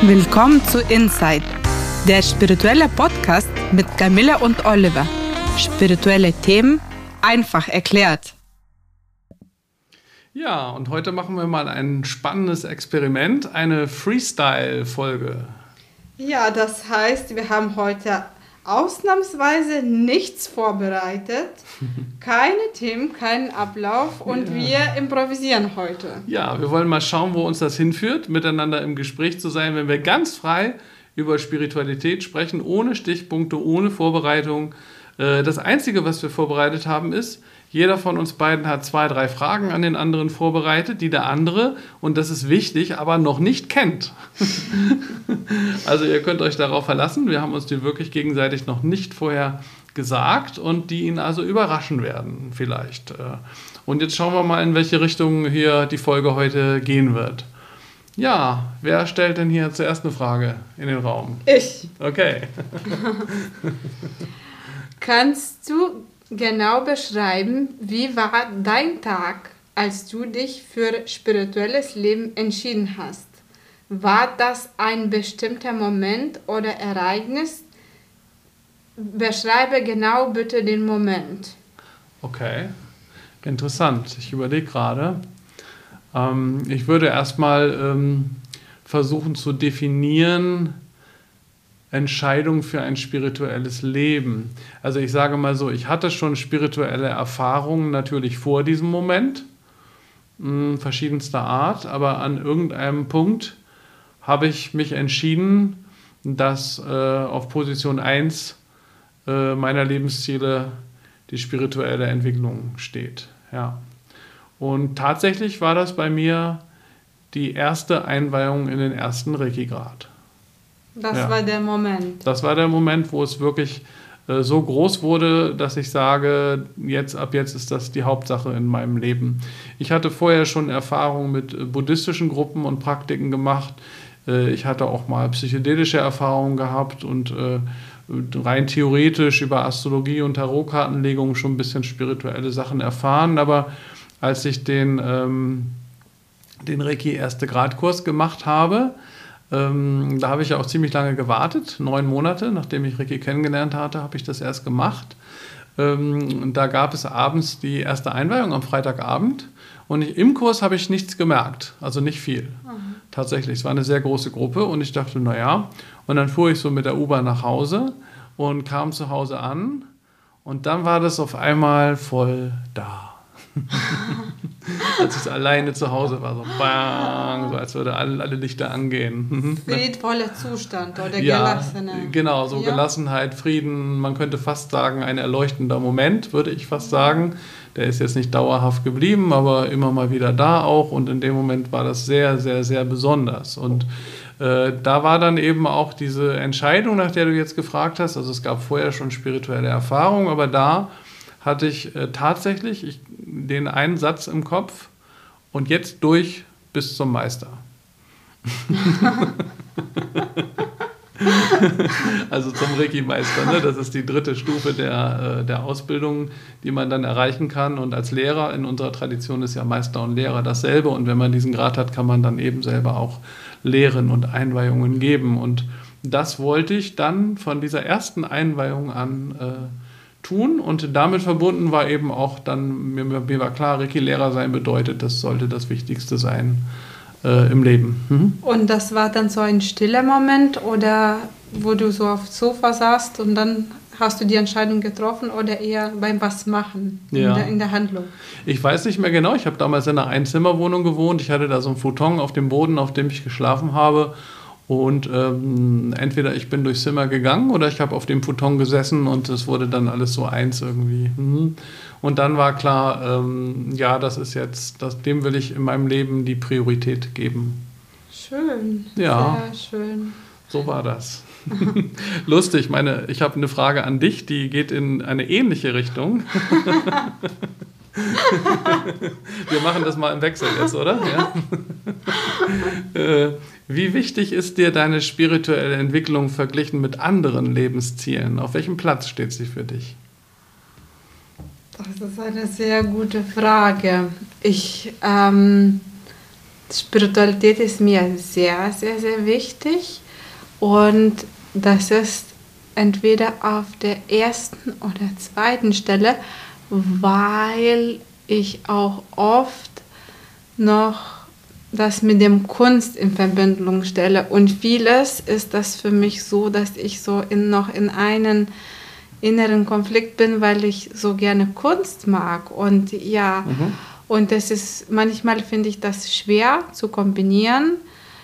Willkommen zu Inside, der spirituelle Podcast mit Camilla und Oliver. Spirituelle Themen einfach erklärt. Ja, und heute machen wir mal ein spannendes Experiment, eine Freestyle-Folge. Ja, das heißt, wir haben heute ausnahmsweise nichts vorbereitet, keine Themen, keinen Ablauf und wir improvisieren heute. Ja, wir wollen mal schauen, wo uns das hinführt, miteinander im Gespräch zu sein, wenn wir ganz frei über Spiritualität sprechen, ohne Stichpunkte, ohne Vorbereitung. Das Einzige, was wir vorbereitet haben, ist, jeder von uns beiden hat 2, 3 Fragen an den anderen vorbereitet, die der andere, und das ist wichtig, aber noch nicht kennt. Also ihr könnt euch darauf verlassen. Wir haben uns die wirklich gegenseitig noch nicht vorher gesagt und die ihn also überraschen werden vielleicht. Und jetzt schauen wir mal, in welche Richtung hier die Folge heute gehen wird. Ja, wer stellt denn hier zuerst eine Frage in den Raum? Ich. Okay. Kannst du genau beschreiben, wie war dein Tag, als du dich für spirituelles Leben entschieden hast? War das ein bestimmter Moment oder Ereignis? Beschreibe genau bitte den Moment. Okay, interessant. Ich überlege gerade. Ich würde erstmal versuchen zu definieren, Entscheidung für ein spirituelles Leben. Also ich sage mal so, ich hatte schon spirituelle Erfahrungen natürlich vor diesem Moment, verschiedenster Art, aber an irgendeinem Punkt habe ich mich entschieden, dass auf Position 1 meiner Lebensziele die spirituelle Entwicklung steht. Ja. Und tatsächlich war das bei mir die erste Einweihung in den ersten Reiki-Grad. Das war der Moment. Das war der Moment, wo es wirklich so groß wurde, dass ich sage, ab jetzt ist das die Hauptsache in meinem Leben. Ich hatte vorher schon Erfahrungen mit buddhistischen Gruppen und Praktiken gemacht. Ich hatte auch mal psychedelische Erfahrungen gehabt und rein theoretisch über Astrologie und Tarotkartenlegung schon ein bisschen spirituelle Sachen erfahren. Aber als ich den Reiki Erste Grad Kurs gemacht habe, da habe ich ja auch ziemlich lange gewartet, 9 Monate, nachdem ich Reiki kennengelernt hatte, habe ich das erst gemacht. Und da gab es abends die erste Einweihung am Freitagabend und im Kurs habe ich nichts gemerkt, also nicht viel. Tatsächlich, es war eine sehr große Gruppe und ich dachte, naja, und dann fuhr ich so mit der U-Bahn nach Hause und kam zu Hause an und dann war das auf einmal voll da. Als ich alleine zu Hause war, so bang, so als würde alle Lichter angehen. Friedvoller Zustand oder gelassene. Genau, so Gelassenheit, Frieden, man könnte fast sagen, ein erleuchtender Moment, würde ich fast sagen. Der ist jetzt nicht dauerhaft geblieben, aber immer mal wieder da auch und in dem Moment war das sehr, sehr, sehr besonders. Und da war dann eben auch diese Entscheidung, nach der du jetzt gefragt hast, also es gab vorher schon spirituelle Erfahrungen, aber da hatte ich tatsächlich den einen Satz im Kopf und jetzt durch bis zum Meister. Also zum Reiki-Meister, ne? Das ist die 3. Stufe der Ausbildung, die man dann erreichen kann. Und als Lehrer in unserer Tradition ist ja Meister und Lehrer dasselbe. Und wenn man diesen Grad hat, kann man dann eben selber auch lehren und Einweihungen geben. Und das wollte ich dann von dieser ersten Einweihung an tun und damit verbunden war eben auch dann, mir war klar, Reiki-Lehrer sein bedeutet, das sollte das Wichtigste sein im Leben. Und das war dann so ein stiller Moment oder wo du so auf dem Sofa saßt und dann hast du die Entscheidung getroffen oder eher beim was machen in der Handlung? Ich weiß nicht mehr genau, ich habe damals in einer Einzimmerwohnung gewohnt, ich hatte da so einen Futon auf dem Boden, auf dem ich geschlafen habe. Und entweder ich bin durchs Zimmer gegangen oder ich habe auf dem Futon gesessen und es wurde dann alles so eins irgendwie. Und dann war klar, das ist jetzt, dem will ich in meinem Leben die Priorität geben. Schön, ja, sehr schön. So war das. Lustig, ich habe eine Frage an dich, die geht in eine ähnliche Richtung. Wir machen das mal im Wechsel jetzt, oder? Ja? Wie wichtig ist dir deine spirituelle Entwicklung verglichen mit anderen Lebenszielen? Auf welchem Platz steht sie für dich? Das ist eine sehr gute Frage. Spiritualität ist mir sehr, sehr, sehr wichtig und das ist entweder auf der ersten oder zweiten Stelle, weil ich auch oft noch das mit dem Kunst in Verbindung stelle und vieles ist das für mich so, dass ich so noch in einen inneren Konflikt bin, weil ich so gerne Kunst mag und ja, und das ist, manchmal finde ich das schwer zu kombinieren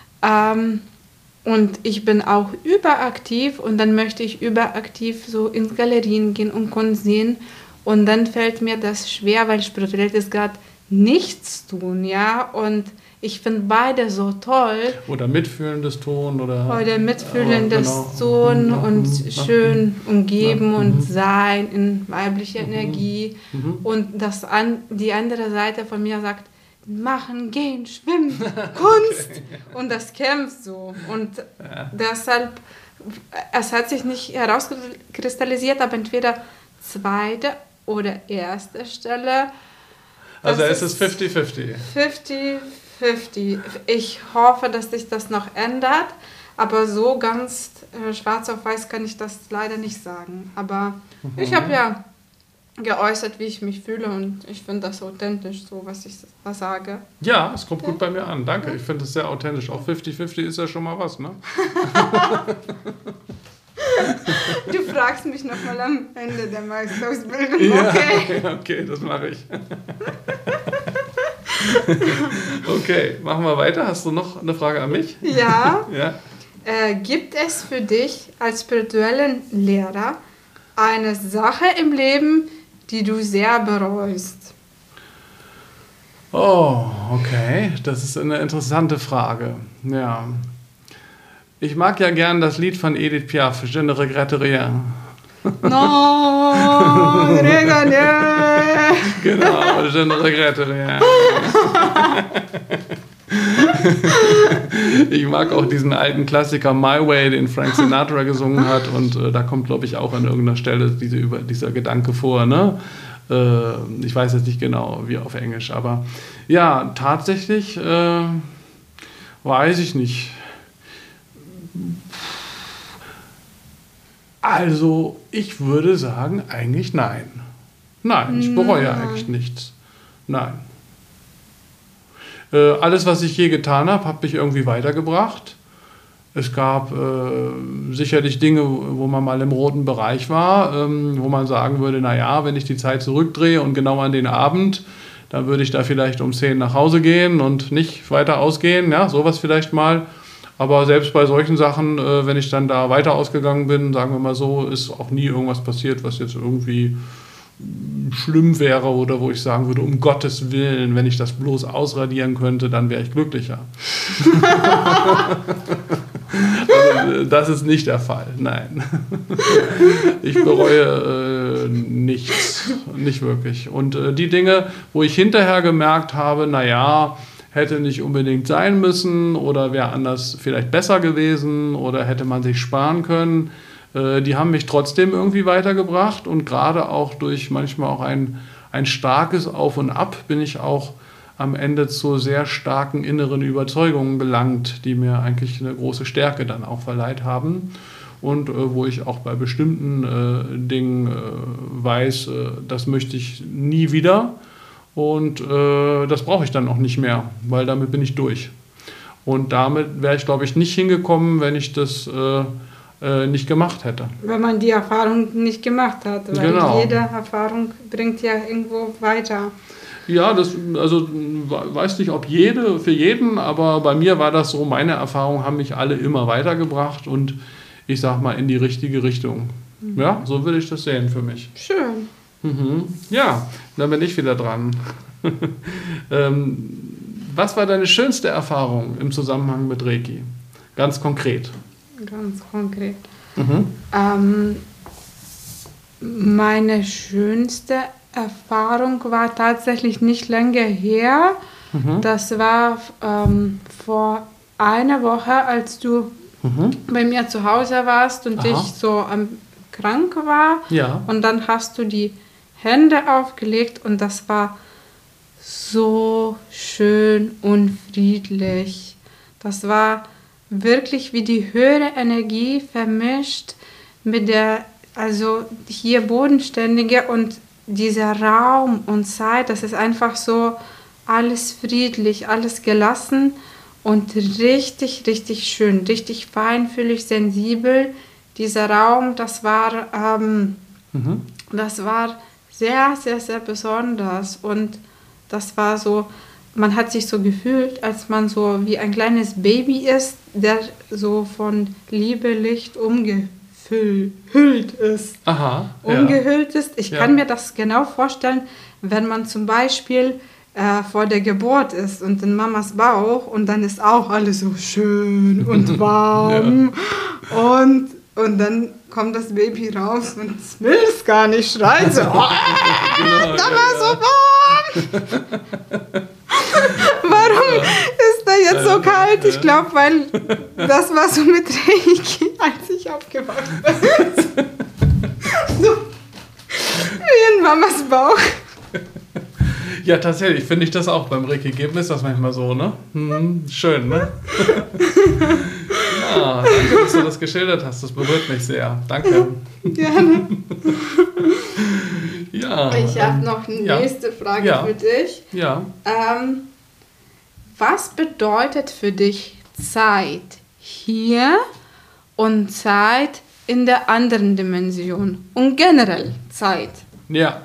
und ich bin auch überaktiv und dann möchte ich überaktiv so in Galerien gehen und Kunst sehen und dann fällt mir das schwer, weil Spiritualität ist gerade nichts tun, ja, und ich finde beide so toll. Oder mitfühlendes Tun. Oder mitfühlendes Tun und schön umgeben und sein in weiblicher Energie. Und die andere Seite von mir sagt, machen, gehen, schwimmen, Kunst. Und das kämpft so. Und deshalb, es hat sich nicht herauskristallisiert, aber entweder zweite oder erste Stelle. Also es ist 50-50. 50-50. Ich hoffe, dass sich das noch ändert, aber so ganz schwarz auf weiß kann ich das leider nicht sagen. Aber ich habe ja geäußert, wie ich mich fühle und ich finde das authentisch, so was ich da sage. Ja, es kommt gut bei mir an. Danke, ich finde es sehr authentisch. Auch 50-50 ist ja schon mal was, ne? Du fragst mich nochmal am Ende der Meisterausbildung, okay? Ja, okay, das mache ich. Okay, machen wir weiter. Hast du noch eine Frage an mich? Ja. Ja. Gibt es für dich als spirituellen Lehrer eine Sache im Leben, die du sehr bereust? Oh, okay. Das ist eine interessante Frage. Ja. Ich mag ja gern das Lied von Edith Piaf, Je ne regrette rien. No, regarde. Genau, Je ne regrette rien. Ich mag auch diesen alten Klassiker My Way, den Frank Sinatra gesungen hat. Und da kommt, glaube ich, auch an irgendeiner Stelle dieser Gedanke vor. Ne? Ich weiß jetzt nicht genau, wie auf Englisch. Aber ja, tatsächlich weiß ich nicht. Also, ich würde sagen, eigentlich nein. Nein, ich bereue eigentlich nichts. Nein. Alles, was ich je getan habe, hat mich irgendwie weitergebracht. Es gab sicherlich Dinge, wo man mal im roten Bereich war, wo man sagen würde, naja, wenn ich die Zeit zurückdrehe und genau an den Abend, dann würde ich da vielleicht um 10 nach Hause gehen und nicht weiter ausgehen, ja, sowas vielleicht mal. Aber selbst bei solchen Sachen, wenn ich dann da weiter ausgegangen bin, sagen wir mal so, ist auch nie irgendwas passiert, was jetzt irgendwie schlimm wäre oder wo ich sagen würde, um Gottes Willen, wenn ich das bloß ausradieren könnte, dann wäre ich glücklicher. Also, das ist nicht der Fall, nein. Ich bereue nichts, nicht wirklich. Und die Dinge, wo ich hinterher gemerkt habe, naja, hätte nicht unbedingt sein müssen oder wäre anders vielleicht besser gewesen oder hätte man sich sparen können, die haben mich trotzdem irgendwie weitergebracht und gerade auch durch manchmal auch ein starkes Auf und Ab bin ich auch am Ende zu sehr starken inneren Überzeugungen gelangt, die mir eigentlich eine große Stärke dann auch verleiht haben und wo ich auch bei bestimmten Dingen weiß, das möchte ich nie wieder und das brauche ich dann auch nicht mehr, weil damit bin ich durch. Und damit wäre ich, glaube ich, nicht hingekommen, wenn ich das nicht gemacht hätte. Wenn man die Erfahrung nicht gemacht hat, weil genau. Jede Erfahrung bringt ja irgendwo weiter. Ja, also weiß nicht, ob für jeden, aber bei mir war das so, meine Erfahrungen haben mich alle immer weitergebracht und ich sag mal in die richtige Richtung. Mhm. Ja, so würde ich das sehen für mich. Schön. Mhm. Ja, dann bin ich wieder dran. Was war deine schönste Erfahrung im Zusammenhang mit Reiki? Ganz konkret. Ganz konkret. Meine schönste Erfahrung war tatsächlich nicht lange her. Das war vor einer Woche, als du bei mir zu Hause warst und ich so krank war. Ja. Und dann hast du die Hände aufgelegt und das war so schön und friedlich. Das war wirklich wie die höhere Energie vermischt mit der, also hier bodenständige, und dieser Raum und Zeit, das ist einfach so alles friedlich, alles gelassen und richtig, richtig schön, richtig feinfühlig, sensibel. Dieser Raum, das war sehr, sehr, sehr besonders, und das war so, man hat sich so gefühlt, als man so wie ein kleines Baby ist, der so von Liebe, Licht umgehüllt ist. Aha. Umgehüllt ist. Ich kann mir das genau vorstellen, wenn man zum Beispiel vor der Geburt ist und in Mamas Bauch, und dann ist auch alles so schön und warm und dann kommt das Baby raus und es will es gar nicht, schreit so, da war so warm. Warum ist da jetzt so kalt? Ich glaube, weil das war so mit Reiki, als ich aufgewacht bin. So wie in Mamas Bauch. Ja, tatsächlich finde ich das auch. Beim Reiki geben ist das manchmal so, ne? Schön, ne? Ja, danke, dass du das geschildert hast. Das berührt mich sehr. Danke. Gerne. Ja. Ich habe noch eine nächste Frage für dich. Ja. Was bedeutet für dich Zeit hier und Zeit in der anderen Dimension und generell Zeit? Ja.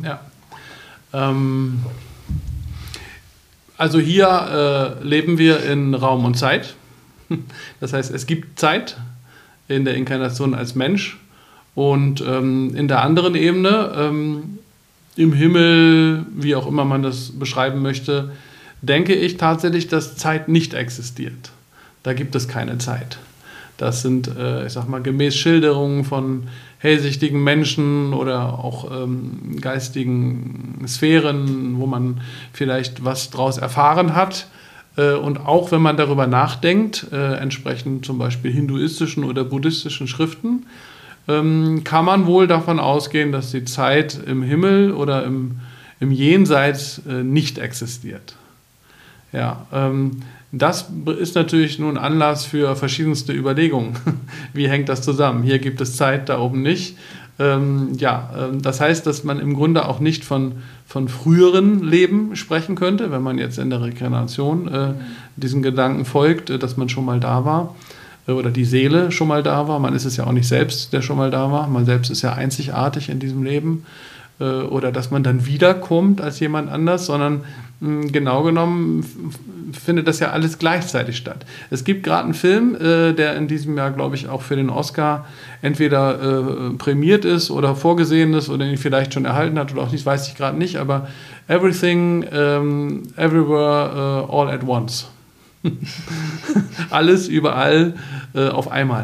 Also hier leben wir in Raum und Zeit. Das heißt, es gibt Zeit in der Inkarnation als Mensch, und in der anderen Ebene, im Himmel, wie auch immer man das beschreiben möchte, denke ich tatsächlich, dass Zeit nicht existiert. Da gibt es keine Zeit. Das sind, ich sag mal, gemäß Schilderungen von hellsichtigen Menschen oder auch geistigen Sphären, wo man vielleicht was draus erfahren hat. Und auch wenn man darüber nachdenkt, entsprechend zum Beispiel hinduistischen oder buddhistischen Schriften, kann man wohl davon ausgehen, dass die Zeit im Himmel oder im Jenseits nicht existiert. Ja, das ist natürlich nun Anlass für verschiedenste Überlegungen. Wie hängt das zusammen? Hier gibt es Zeit, da oben nicht. Das heißt, dass man im Grunde auch nicht von früheren Leben sprechen könnte, wenn man jetzt in der Reinkarnation diesen Gedanken folgt, dass man schon mal da war oder die Seele schon mal da war. Man ist es ja auch nicht selbst, der schon mal da war. Man selbst ist ja einzigartig in diesem Leben. Oder dass man dann wiederkommt als jemand anders, sondern genau genommen findet das ja alles gleichzeitig statt. Es gibt gerade einen Film, der in diesem Jahr, glaube ich, auch für den Oscar entweder prämiert ist oder vorgesehen ist oder ihn vielleicht schon erhalten hat oder auch nicht, weiß ich gerade nicht, aber Everything, Everywhere, All at Once. Alles, überall, auf einmal.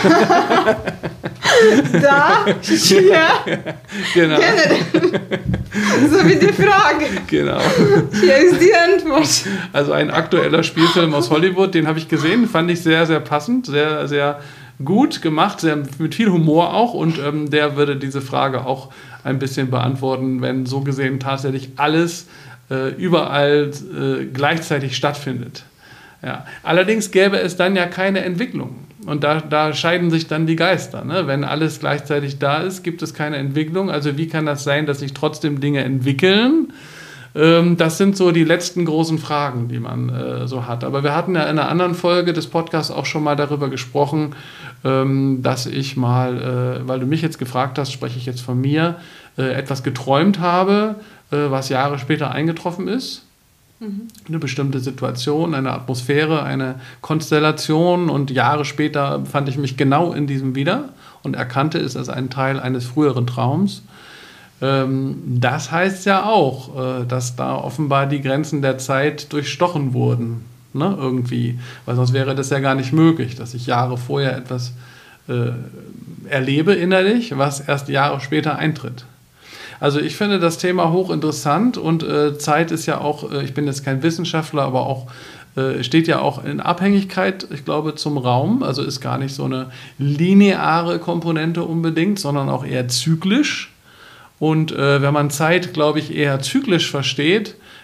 Da, hier, genau. So wie die Frage. Genau. Hier ist die Antwort. Also ein aktueller Spielfilm aus Hollywood, den habe ich gesehen, fand ich sehr, sehr passend, sehr, sehr gut gemacht, sehr, mit viel Humor auch, und der würde diese Frage auch ein bisschen beantworten, wenn so gesehen tatsächlich alles überall gleichzeitig stattfindet. Ja. Allerdings gäbe es dann ja keine Entwicklung. Und da scheiden sich dann die Geister. Ne? Wenn alles gleichzeitig da ist, gibt es keine Entwicklung. Also wie kann das sein, dass sich trotzdem Dinge entwickeln? Das sind so die letzten großen Fragen, die man so hat. Aber wir hatten ja in einer anderen Folge des Podcasts auch schon mal darüber gesprochen, dass ich mal, weil du mich jetzt gefragt hast, spreche ich jetzt von mir, etwas geträumt habe, was Jahre später eingetroffen ist. Eine bestimmte Situation, eine Atmosphäre, eine Konstellation, und Jahre später fand ich mich genau in diesem wieder und erkannte es als einen Teil eines früheren Traums. Das heißt ja auch, dass da offenbar die Grenzen der Zeit durchstochen wurden, ne, irgendwie, weil sonst wäre das ja gar nicht möglich, dass ich Jahre vorher etwas erlebe innerlich, was erst Jahre später eintritt. Also ich finde das Thema hochinteressant, und Zeit ist ja auch, ich bin jetzt kein Wissenschaftler, aber auch steht ja auch in Abhängigkeit, ich glaube, zum Raum. Also ist gar nicht so eine lineare Komponente unbedingt, sondern auch eher zyklisch. Und wenn man Zeit, glaube ich, eher zyklisch versteht,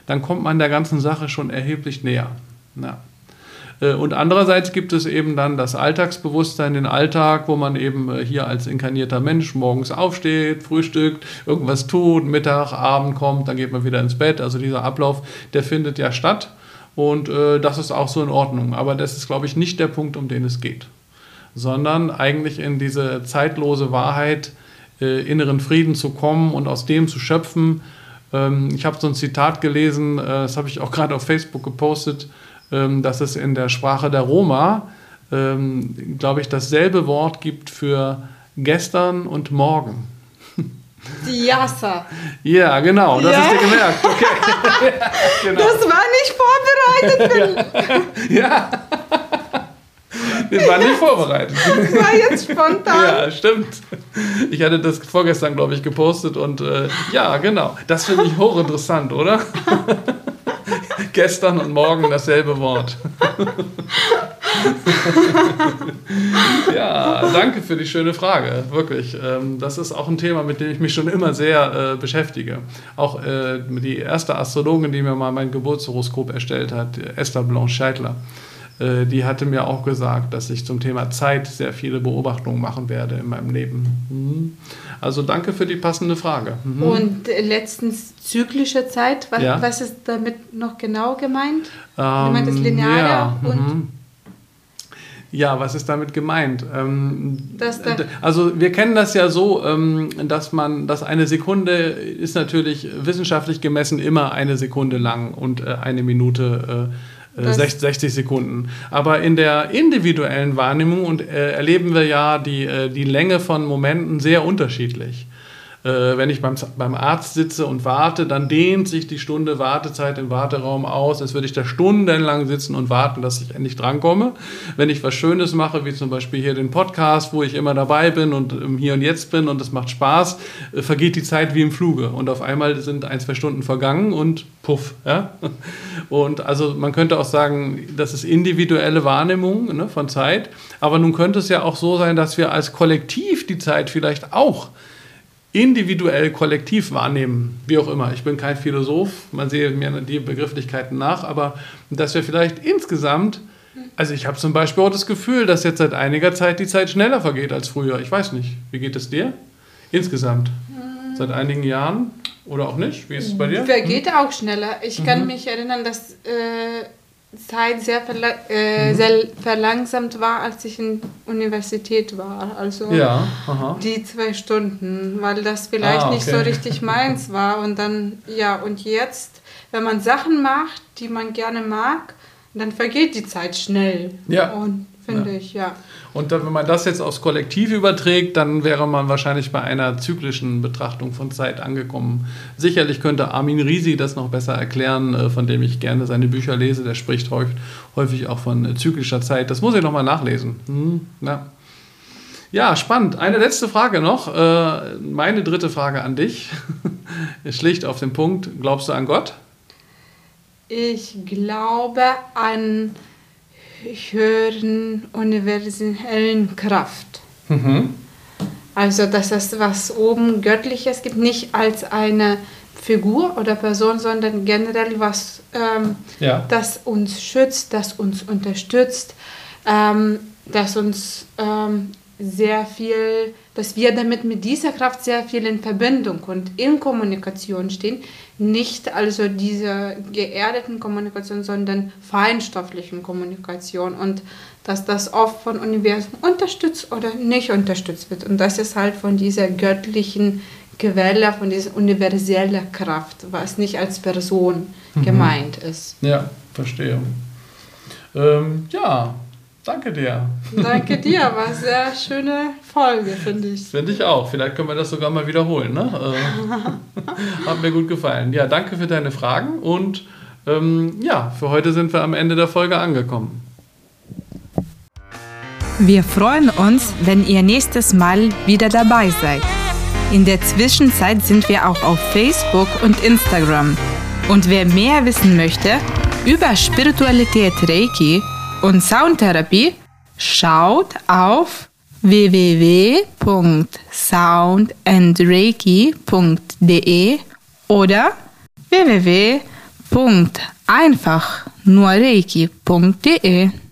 dann kommt man der ganzen Sache schon erheblich näher. Ja. Und andererseits gibt es eben dann das Alltagsbewusstsein, den Alltag, wo man eben hier als inkarnierter Mensch morgens aufsteht, frühstückt, irgendwas tut, Mittag, Abend kommt, dann geht man wieder ins Bett. Also dieser Ablauf, der findet ja statt und das ist auch so in Ordnung. Aber das ist, glaube ich, nicht der Punkt, um den es geht, sondern eigentlich in diese zeitlose Wahrheit, inneren Frieden zu kommen und aus dem zu schöpfen. Ich habe so ein Zitat gelesen, das habe ich auch gerade auf Facebook gepostet, dass es in der Sprache der Roma, glaube ich, dasselbe Wort gibt für gestern und morgen. Siasa. Ja, genau, das ist dir gemerkt. Okay. Ja, genau. Das war nicht vorbereitet. Ja, das war nicht vorbereitet. Das war jetzt spontan. Ja, stimmt. Ich hatte das vorgestern, glaube ich, gepostet und ja, genau. Das finde ich hochinteressant, oder? Gestern und morgen dasselbe Wort. Ja, danke für die schöne Frage, wirklich. Das ist auch ein Thema, mit dem ich mich schon immer sehr beschäftige. Auch die erste Astrologin, die mir mal mein Geburtshoroskop erstellt hat, Esther Blanche-Scheidler, die hatte mir auch gesagt, dass ich zum Thema Zeit sehr viele Beobachtungen machen werde in meinem Leben. Also danke für die passende Frage. Und letztens zyklische Zeit, was ist damit noch genau gemeint? Du meint das Lineare ja, und... Ja, was ist damit gemeint? Also wir kennen das ja so, dass eine Sekunde ist natürlich wissenschaftlich gemessen immer eine Sekunde lang und eine Minute 60 Sekunden. Aber in der individuellen Wahrnehmung erleben wir ja die Länge von Momenten sehr unterschiedlich. Wenn ich beim Arzt sitze und warte, dann dehnt sich die Stunde Wartezeit im Warteraum aus, als würde ich da stundenlang sitzen und warten, dass ich endlich drankomme. Wenn ich was Schönes mache, wie zum Beispiel hier den Podcast, wo ich immer dabei bin und im Hier und Jetzt bin und es macht Spaß, vergeht die Zeit wie im Fluge. Und auf einmal sind 1-2 Stunden vergangen und puff. Ja? Und also man könnte auch sagen, das ist individuelle Wahrnehmung, ne, von Zeit. Aber nun könnte es ja auch so sein, dass wir als Kollektiv die Zeit vielleicht auch individuell, kollektiv wahrnehmen, wie auch immer. Ich bin kein Philosoph, man sehe mir die Begrifflichkeiten nach, aber dass wir vielleicht insgesamt, also ich habe zum Beispiel auch das Gefühl, dass jetzt seit einiger Zeit die Zeit schneller vergeht als früher. Ich weiß nicht, wie geht es dir? Insgesamt? Seit einigen Jahren oder auch nicht? Wie ist es bei dir? Vergeht auch schneller. Ich kann mich erinnern, dass Zeit sehr verlangsamt war, als ich in Universität war. Also ja, die 2 Stunden, weil das vielleicht nicht so richtig meins war. Und dann, ja, und jetzt, wenn man Sachen macht, die man gerne mag, dann vergeht die Zeit schnell. Ja. Und finde ich, ja. Und wenn man das jetzt aufs Kollektiv überträgt, dann wäre man wahrscheinlich bei einer zyklischen Betrachtung von Zeit angekommen. Sicherlich könnte Armin Risi das noch besser erklären, von dem ich gerne seine Bücher lese. Der spricht häufig auch von zyklischer Zeit. Das muss ich nochmal nachlesen. Ja, spannend. Eine letzte Frage noch. Meine 3. Frage an dich. Schlicht auf den Punkt. Glaubst du an Gott? Ich glaube an höheren universellen Kraft. Also, dass es was oben Göttliches gibt, nicht als eine Figur oder Person, sondern generell was, das uns schützt, das uns unterstützt, das uns sehr viel, dass wir damit mit dieser Kraft sehr viel in Verbindung und in Kommunikation stehen. Nicht also diese geerdeten Kommunikation, sondern feinstofflichen Kommunikation und dass das oft von Universum unterstützt oder nicht unterstützt wird. Und das ist halt von dieser göttlichen Quelle, von dieser universellen Kraft, was nicht als Person gemeint ist. Ja, verstehe. Ja, danke dir. Danke dir, war eine sehr schöne Folge, finde ich. Finde ich auch. Vielleicht können wir das sogar mal wiederholen. Ne? Hat mir gut gefallen. Ja, danke für deine Fragen und für heute sind wir am Ende der Folge angekommen. Wir freuen uns, wenn ihr nächstes Mal wieder dabei seid. In der Zwischenzeit sind wir auch auf Facebook und Instagram. Und wer mehr wissen möchte über Spiritualität, Reiki und Soundtherapie, schaut auf www.soundandreiki.de oder www.soundandreiki.de. www.einfachnurreiki.de